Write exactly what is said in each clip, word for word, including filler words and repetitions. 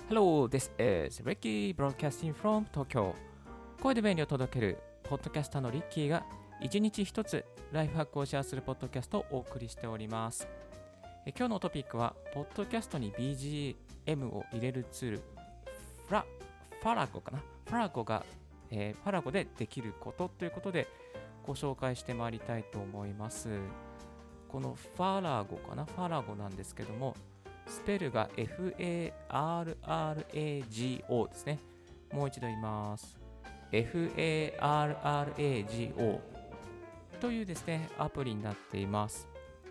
Hello, this is Ricky broadcasting from Tokyo. 声で便利を届けるポッドキャスターのリッキーが一日一つライフハックをシェアするポッドキャストをお送りしております。え今日のトピックは、ポッドキャストに ビージーエム を入れるツール、フラ、ファラゴかなファラゴが、えー、ファラゴでできることということでご紹介してまいりたいと思います。このファラゴかなファラゴなんですけども、スペルが エフエーアールアールエージーオー ですね。もう一度言います。エフエーアールアールエージーオー というですね、アプリになっています。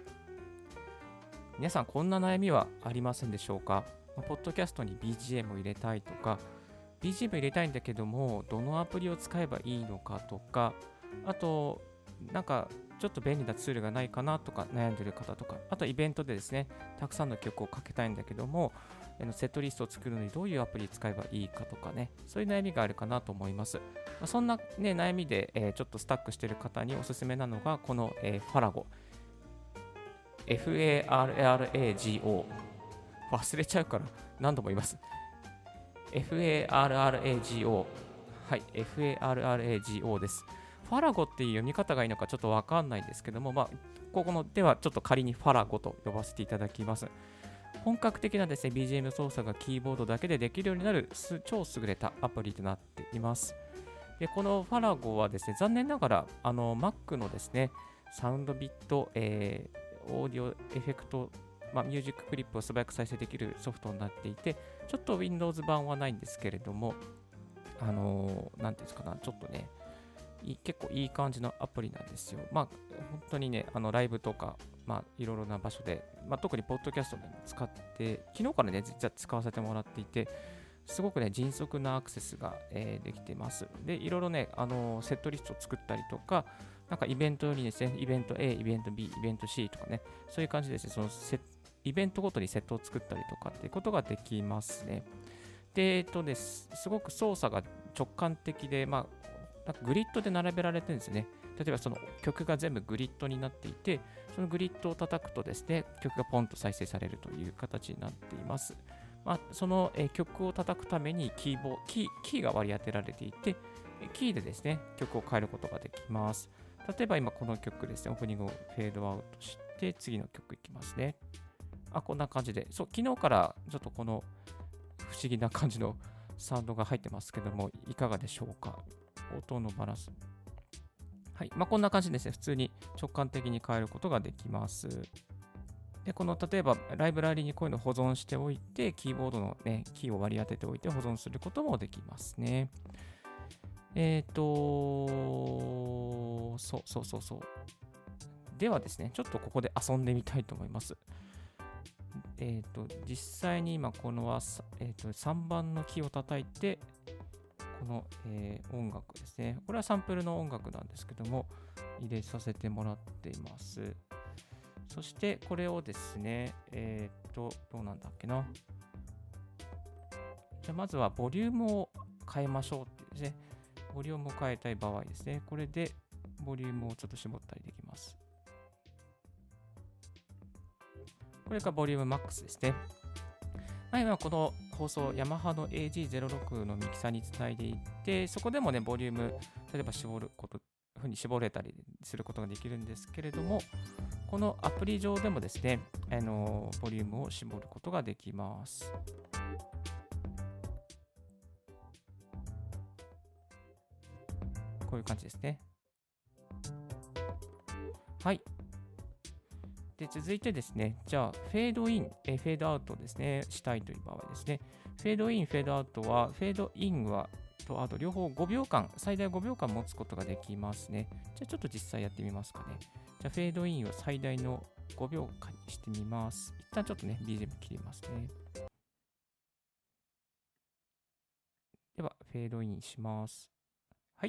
皆さん、こんな悩みはありませんでしょうか？ポッドキャストに ビージーエム を入れたいとか、ビージーエム 入れたいんだけども、どのアプリを使えばいいのかとか、あと、なんか、ちょっと便利なツールがないかなとか悩んでいる方とか、あとイベントでですね、たくさんの曲をかけたいんだけども、セットリストを作るのにどういうアプリ使えばいいかとかね、そういう悩みがあるかなと思います。まあ、そんな、ね、悩みで、えー、ちょっとスタックしている方におすすめなのが、この、えー、ファラゴ。エフエーアールアールエージーオー。忘れちゃうから何度も言います。エフエーアールアールエージーオー。はい、エフエーアールアールエージーオー です。ファラゴっていう読み方がいいのかちょっとわかんないんですけども、まあ、ここのではちょっと仮にファラゴと呼ばせていただきます。本格的なですね、ビージーエム 操作がキーボードだけでできるようになる超優れたアプリとなっています。で、このファラゴはですね、残念ながらあの Mac のですね、サウンドビット、えー、オーディオエフェクト、まあ、ミュージッククリップを素早く再生できるソフトになっていて、ちょっと Windows 版はないんですけれども、あのー、なんていうんですかな、ちょっとね、い結構いい感じのアプリなんですよ。まあ、本当にね、あのライブとか、まあ、いろいろな場所で、まあ、特にポッドキャストで使って、昨日からね、実は使わせてもらっていて、すごくね、迅速なアクセスが、えー、できてます。で、いろいろね、あのー、セットリストを作ったりとか、なんかイベントにですね、イベント A、イベント B、イベント C とかね、そういう感じでですね、そのセイベントごとにセットを作ったりとかっていうことができますね。で、えっとです、すごく操作が直感的で、まあ、なんかグリッドで並べられてるんですね。例えばその曲が全部グリッドになっていて、そのグリッドを叩くとですね、曲がポンと再生されるという形になっています。まあ、その、えー曲を叩くためにキーボキー、キーが割り当てられていて、キーでですね、曲を変えることができます。例えば今この曲ですね、オープニングをフェードアウトして、次の曲いきますね。あ、こんな感じで。そう、昨日からちょっとこの不思議な感じのサウンドが入ってますけども、いかがでしょうか？音のバランス。はい。まあ、こんな感じですね。普通に直感的に変えることができます。で、この例えばライブラリにこういうのを保存しておいて、キーボードの、ね、キーを割り当てておいて保存することもできますね。えっ、ー、と、そうそうそうそう。ではですね、ちょっとここで遊んでみたいと思います。えっ、ー、と、実際に今この、えー、とさんばんのキーを叩いて、この、えー、音楽ですね。これはサンプルの音楽なんですけども、入れさせてもらっています。そしてこれをですね、えっと、どうなんだっけな。じゃあまずはボリュームを変えましょうっていうですね。ボリュームを変えたい場合ですね。これでボリュームをちょっと絞ったりできます。これがボリュームマックスですね。はい、まあ、この放送、ヤマハの エージーゼロろく のミキサーにつないでいって、そこでもね、ボリューム、例えば絞ること、ふうに絞れたりすることができるんですけれども、このアプリ上でもですね、あのボリュームを絞ることができます。こういう感じですね。はい。で、続いてですね、じゃあ、フェードイン、えフェードアウトですね、したいという場合ですね。フェードイン、フェードアウトは、フェードインは、とあと両方ごびょうかん、最大ごびょうかん持つことができますね。じゃあ、ちょっと実際やってみますかね。じゃあ、フェードインを最大のごびょうかんにしてみます。一旦ちょっとね、ビージーエム 切りますね。では、フェードインします。はい。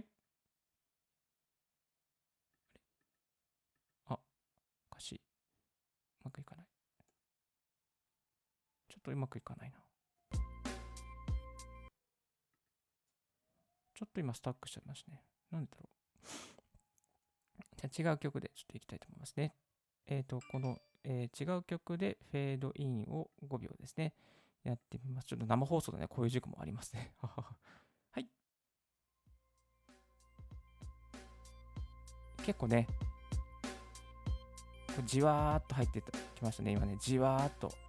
あ、おかしい。うまくいかない。ちょっとうまくいかないな。ちょっと今スタックしちゃいますね。なんだろう。じゃあ違う曲でちょっといきたいと思いますね。えっ、ー、と、この、えー、違う曲でフェードインをごびょうですね。 やってみます。ちょっと生放送でね、こういう事故もありますね。はい。結構ね、じわーっと入ってきましたね、今ね。じわーっと。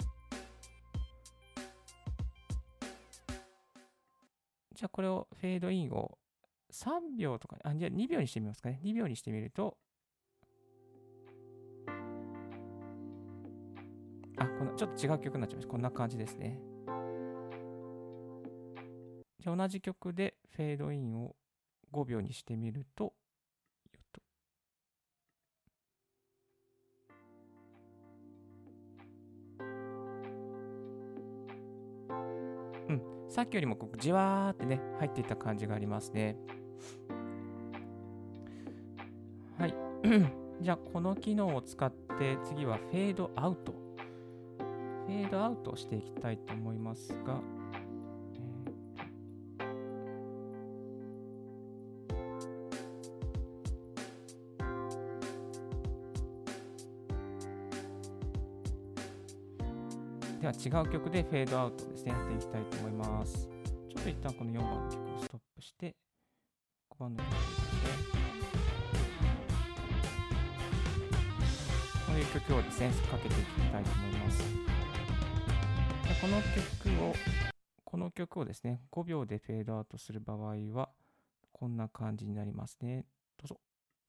じゃあこれをフェードインをさんびょうとか、あ、じゃあにびょうにしてみますかね。にびょうにしてみると、あ、このちょっと違う曲になっちゃいました。こんな感じですね。じゃあ同じ曲でフェードインをごびょうにしてみると、よっとうん、さっきよりもこうじわーってね、入っていった感じがありますね。はい。じゃあこの機能を使って次はフェードアウト。フェードアウトをしていきたいと思いますが、では違う曲でフェードアウトですね、やっていきたいと思います。ちょっと一旦このよんばんの曲をストップして、ごばんの曲ですね。こういう曲をですね、かけていきたいと思います。でこの曲を、この曲をですね、ごびょうでフェードアウトする場合は、こんな感じになりますね。どうぞ。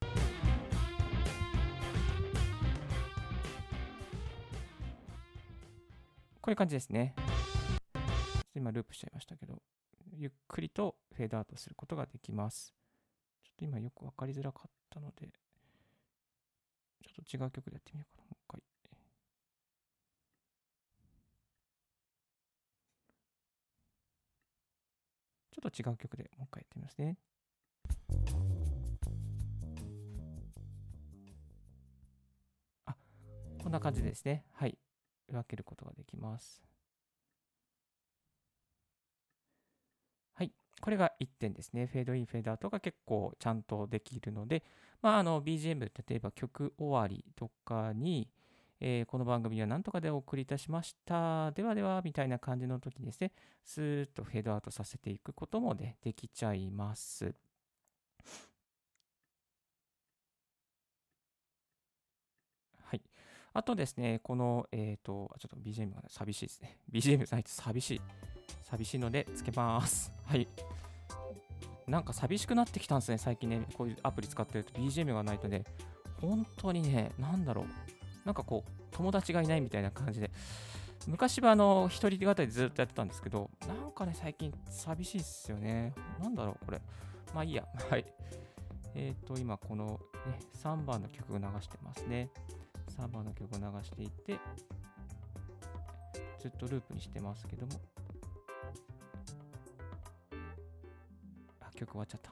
こういう感じですね。今ループしちゃいましたけど、ゆっくりとフェードアウトすることができます。ちょっと今よくわかりづらかったので、ちょっと違う曲でやってみようかな。もう一回。ちょっと違う曲でもう一回やってみますね。あ、こんな感じですね。はい。分けることができます。はい。これがいってんですね。フェードイン、フェードアウトが結構ちゃんとできるので、まあ、あの ビージーエム、例えば曲終わりとかに、えーこの番組は何とかでお送りいたしました。ではでは、みたいな感じの時にですね、スーッとフェードアウトさせていくことも、ね、できちゃいます。はい。あとですね、この、えっ、と、ちょっと ビージーエム が寂しいですね。ビージーエム ないと寂しい。寂しいので、つけます。はい。なんか寂しくなってきたんですね、最近ね。こういうアプリ使ってると ビージーエム がないとね、本当にね、なんだろう。なんかこう、友達がいないみたいな感じで。昔はあの、一人語りでずっとやってたんですけど、なんかね、最近寂しいっすよね。なんだろう、これ。まあいいや。はい。えっ、と、今この、ね、さんばんの曲を流してますね。さんばんの曲を流していて、ずっとループにしてますけども。あ、曲終わっちゃった。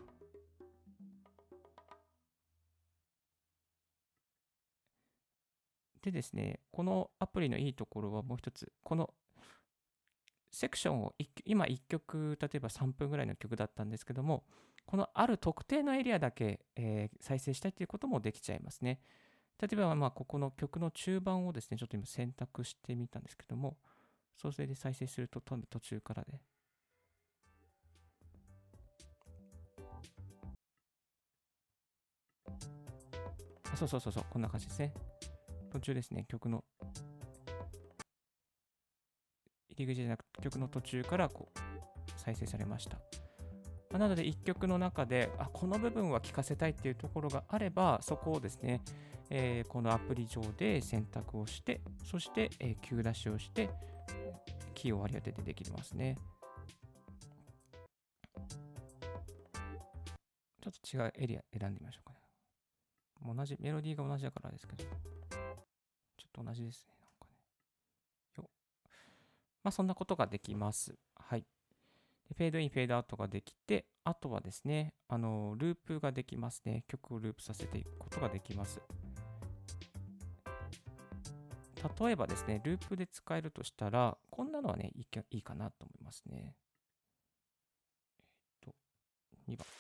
でですね、このアプリのいいところはもう一つ、このセクションを今いっきょく、例えばさんぷんぐらいの曲だったんですけども、このある特定のエリアだけ、えー再生したいということもできちゃいますね。例えば、まあ、ここの曲の中盤をですね、ちょっと今選択してみたんですけども、それで再生すると多分途中からで、あそうそうそうそう、こんな感じですね。途中ですね、曲の入り口じゃなくて曲の途中からこう再生されました。なのでいっきょくの中であこの部分は聞かせたいっていうところがあればそこをですね、えーこのアプリ上で選択をしてそして、えー、Q 出しをしてキーを割り当ててできますね。ちょっと違うエリア選んでみましょうかね。同じメロディーが同じだからですけどちょっと同じですね。なんかねよまあそんなことができます。はい。フェードイン、フェードアウトができて、あとはですね、あのループができますね。曲をループさせていくことができます。例えばですね、ループで使えるとしたら、こんなのはね、いいいいかなと思いますね。えっと、にばん。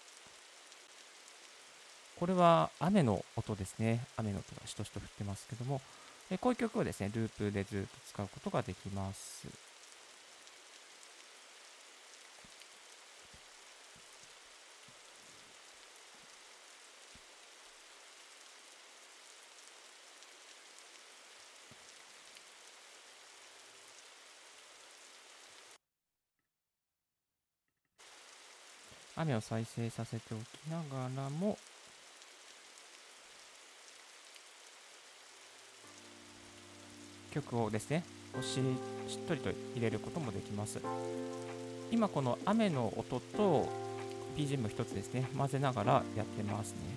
これは雨の音ですね。雨の音がしとしと降ってますけども、えこういう曲をですね、ループでずっと使うことができます。 雨を再生させておきながらも、曲をですね、し, しっとりと入れることもできます。今この雨の音と ビージーエム 一つですね、混ぜながらやってますね。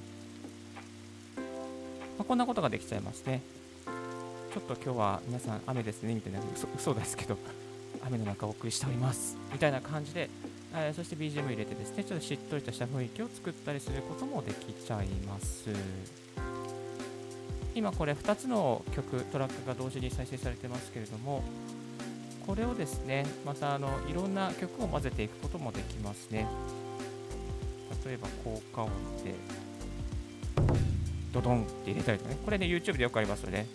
まあ、こんなことができちゃいますね。ちょっと今日は皆さん雨ですねみたいな、嘘, 嘘ですけど雨の中お送りしておりますみたいな感じで、えー、そして ビージーエム 入れてですね、ちょっとしっとりとした雰囲気を作ったりすることもできちゃいます。今これふたつの曲トラックが同時に再生されてますけれども、これをですね、またあのいろんな曲を混ぜていくこともできますね。例えば効果音でドドンって入れたりとかね、これね YouTube でよくありますよね。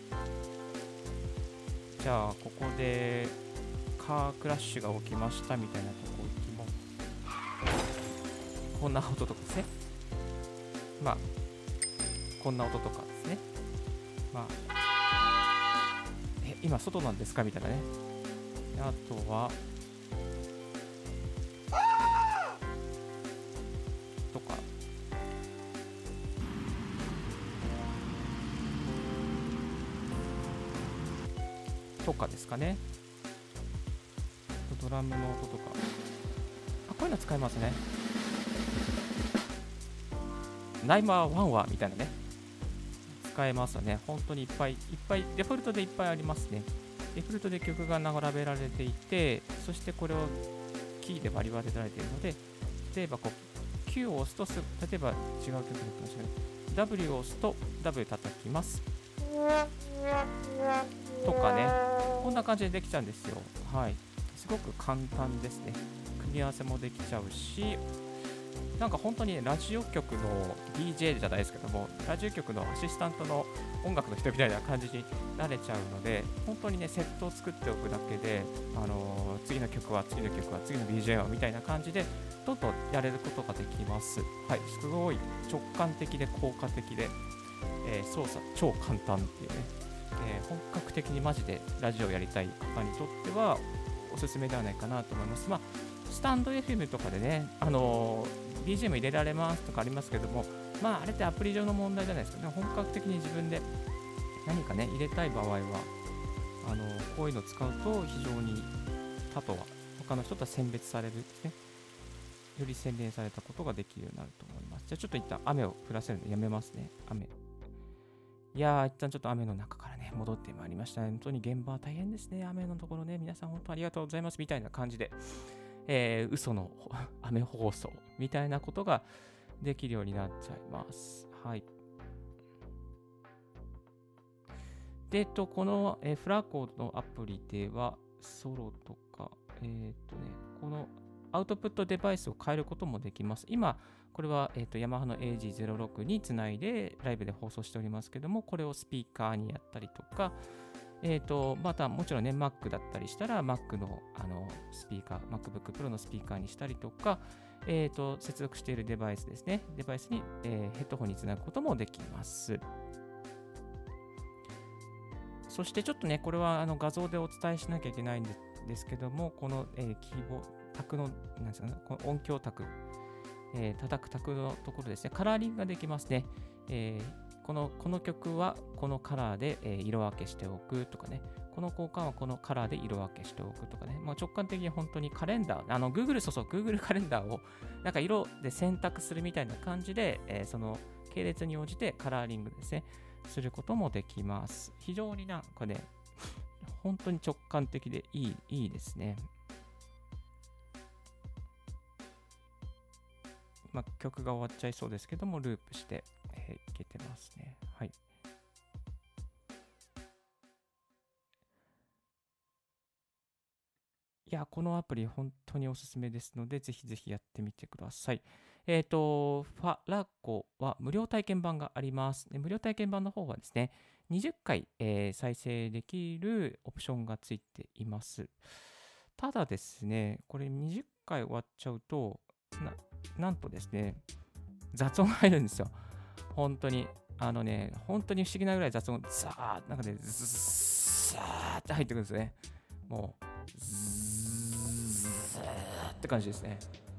じゃあここでカークラッシュが起きましたみたいなとこ行きも、こんな音とかですね、まあこんな音とかですね、まあえ今外なんですかみたいなね。あとはとかとかですかね。ドラムの音とか、あ、こういうの使いますね。ナイマーワンはみたいなね、使えますよね。本当にいっぱいいっぱい、デフォルトでいっぱいありますね。デフォルトで曲が並べられていて、そしてこれをキーで割り当てられているので、例えばこう Q を押すとす、例えば違う曲のかもしれない。W を押すと W 叩きますとかね、こんな感じでできちゃうんですよ。はい、すごく簡単ですね。組み合わせもできちゃうし、なんか本当にラジオ局の ディージェー じゃないですけども、ラジオ局のアシスタントの音楽の人みたいな感じになれちゃうので、本当にね、セットを作っておくだけで、あのー、次の曲は次の曲は次の ビージーエム はみたいな感じでどんどんやれることができます。はい、すごい直感的で効果的で、えー、操作超簡単っていうね、えー、本格的にマジでラジオをやりたい方にとってはおすすめではないかなと思います。まあ、スタンド エフエム とかでね、あのービージーエム 入れられますとかありますけども、まああれってアプリ上の問題じゃないですかね。本格的に自分で何かね入れたい場合は、あのこういうのを使うと非常に他とは他の人とは選別されるですね。より洗練されたことができるようになると思います。じゃあちょっと一旦雨を降らせるのやめますね。雨。いやー、一旦ちょっと雨の中からね戻ってまいりましたね。本当に現場は大変ですね。雨のところね、皆さん本当ありがとうございますみたいな感じで。えー、嘘の雨放送みたいなことができるようになっちゃいます。はい。で、えっと、この、えー、フラコのアプリでは、ソロとか、えー、っとね、このアウトプットデバイスを変えることもできます。今、これは、えー、っとヤマハの エージーゼロろく につないでライブで放送しておりますけども、これをスピーカーにやったりとか、えーと、またもちろんね、Mac だったりしたら、Mac の、あのスピーカー、MacBook Pro のスピーカーにしたりとか、えーと、接続しているデバイスですね、デバイスに、えー、ヘッドホンにつなぐこともできます。そしてちょっとね、これはあの画像でお伝えしなきゃいけないんですけども、この、えー、キーボード、卓の、なんですかね、この音響卓、えー、叩く卓のところですね、カラーリングができますね。えーこの、この曲はこのカラーで、えー、色分けしておくとかね、この交換はこのカラーで色分けしておくとかね、まあ、直感的に本当にカレンダー、あの Google、そうそう、Google カレンダーをなんか色で選択するみたいな感じで、えー、その系列に応じてカラーリングですね、することもできます。非常になんかね、本当に直感的でいい、いいですね。まあ、曲が終わっちゃいそうですけども、ループして、えー、いけてますね。はい。いや、このアプリ本当におすすめですので、ぜひぜひやってみてください。えっと、ファラコは無料体験版があります。無料体験版の方はですね、にじゅっかい、えー、再生できるオプションがついています。ただですね、これにじゅっかい終わっちゃうと、な、なんとですね、雑音が入るんですよ。本当に。あのね、本当に不思議なぐらい雑音、ザーッ、なんかね、ズーッって入ってくるんですね。もう、ズーッって感じですね。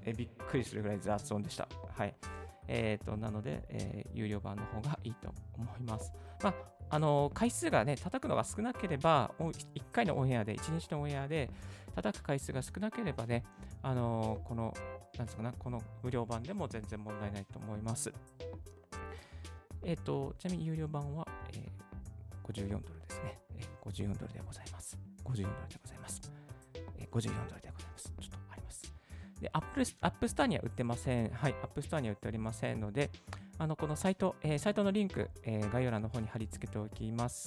えびっくりするぐらい雑音でした。はい。えーと、なので、えー有料版の方がいいと思います。まあ、あの回数がね、叩くのが少なければ、おいっかいのオンエアで、いちにちのオンエアで、叩く回数が少なければね、あのこの、なんですかな、この無料版でも全然問題ないと思います。えっ、と、ちなみに有料版は、えーごじゅうよんドルですね。えーごじゅうよんドルでございます。ごじゅうよんドルでございます。えーごじゅうよんドルでございます。ちょっとあります。で、Apple、App Store には売ってません。はい、App Store には売っておりませんので、あの、このサイト、えーサイトのリンク、えー概要欄の方に貼り付けておきます。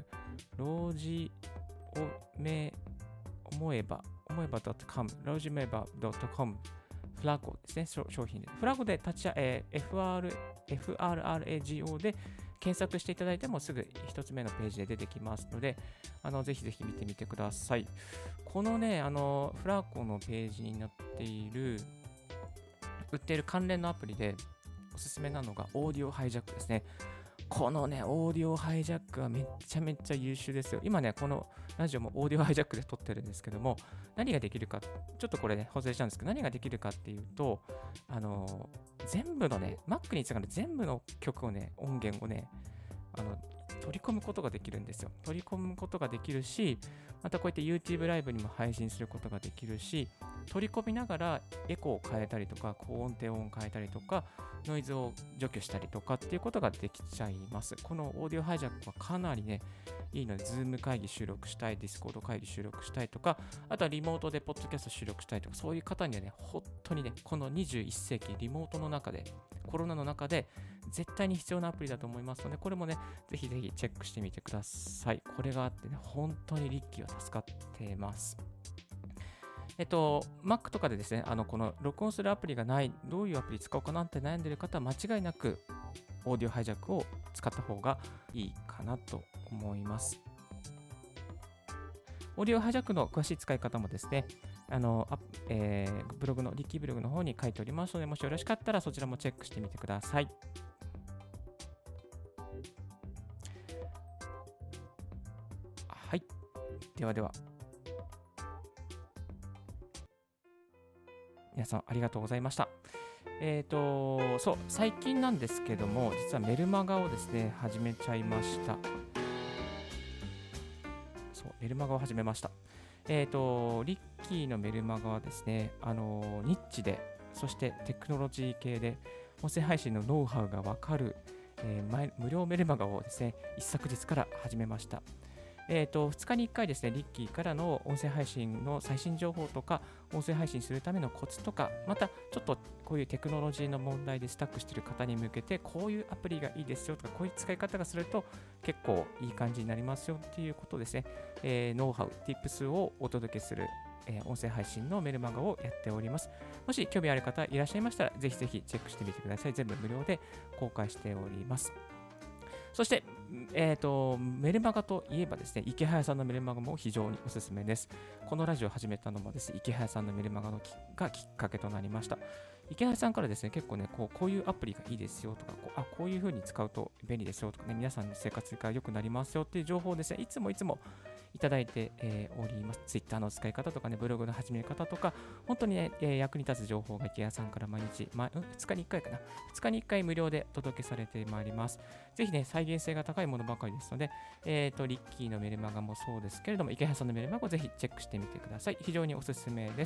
老人をめ思えば、思えば .com、老人めば .com、フラゴですね、商商品で。フラゴで立ち上、えー エフアール、エフアールアールエージーオー で検索していただいてもすぐ一つ目のページで出てきますので、あのぜひぜひ見てみてください。このね、あのフラコのページになっている、売っている関連のアプリでおすすめなのがオーディオハイジャックですね。このね、オーディオハイジャックはめっちゃめっちゃ優秀ですよ。今ね、このラジオもオーディオハイジャックで撮ってるんですけども、何ができるか、ちょっとこれね、補正したんですけど、何ができるかっていうと、あの全部のね、Mac につながる全部の曲をね、音源をね、あの取り込むことができるんですよ。取り込むことができるし、またこうやって YouTube ライブにも配信することができるし、取り込みながらエコーを変えたりとか、高音低音を変えたりとか、ノイズを除去したりとかっていうことができちゃいます。このオーディオハイジャックはかなりね、いいので、Zoom 会議収録したい、Discord 会議収録したいとか、あとはリモートでポッドキャスト収録したいとか、そういう方にはね、本当にね、このにじゅういっ世紀リモートの中で、コロナの中で絶対に必要なアプリだと思いますので、これもね、ぜひぜひチェックしてみてください。これがあってね、本当にリッキーは助かってます。えっと、Mac とかでですね、あの、この録音するアプリがない、どういうアプリ使おうかなって悩んでる方は間違いなく、オーディオハイジャックを使った方がいいかなと思います。オーディオハイジャックの詳しい使い方もですね、あの、あえーブログの、リッキーブログの方に書いておりますので、もしよろしかったらそちらもチェックしてみてください。はい。ではでは。皆さんありがとうございました。えっと、そう、最近なんですけども、実はメルマガをですね、始めちゃいました。そう、メルマガを始めました。えっと、リッキーのメルマガはですね、あの、ニッチで、そしてテクノロジー系で、音声配信のノウハウがわかる、えー前無料メルマガをですね、一昨日から始めました。えーと、ふつかにいっかいですね、リッキーからの音声配信の最新情報とか、音声配信するためのコツとか、またちょっとこういうテクノロジーの問題でスタックしている方に向けて、こういうアプリがいいですよとか、こういう使い方がすると結構いい感じになりますよっていうことですね、えーノウハウ、Tips をお届けする、えー音声配信のメルマガをやっております。もし興味ある方いらっしゃいましたら、ぜひぜひチェックしてみてください。全部無料で公開しております。そして、えーと、メルマガといえばですね、池早さんのメルマガも非常におすすめです。このラジオを始めたのもですね、池早さんのメルマガのきがきっかけとなりました。池早さんからですね、結構ね、こうこういうアプリがいいですよとか、こうあこういう風に使うと便利ですよとかね、皆さんの生活が良くなりますよっていう情報をですね、いつもいつもいただいて、えーおります。Twitter の使い方とかね、ブログの始め方とか、本当にね、えー役に立つ情報が池谷さんから毎日、ま、ふつかにいっかいかな、ふつかにいっかい無料でお届けされてまいります。ぜひね、再現性が高いものばかりですので、えーと、リッキーのメルマガもそうですけれども、池谷さんのメルマガをぜひチェックしてみてください。非常におすすめです。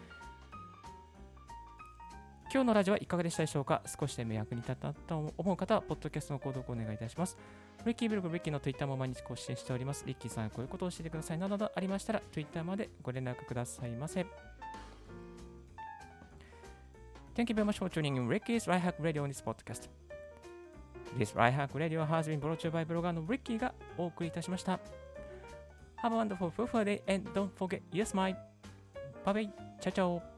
今日のラジオはいかがでしたでしょうか。少しでも役に立ったと思う方は、ポッドキャストの購読をお願いいたします。リッキーブログ、リッキーの Twitter も毎日更新しております。リッキーさん、こういうことを教えてくださいなどありましたら、Twitter までご連絡くださいませ。Thank you very much for tuning in Ricky's Right Hack Radio on this podcast. This Right Hack Radio has been brought to you by ブロガーの Ricky がお送りいたしました。Have a wonderful, fruitful day and don't forget your smile. Bye bye. Ciao ciao.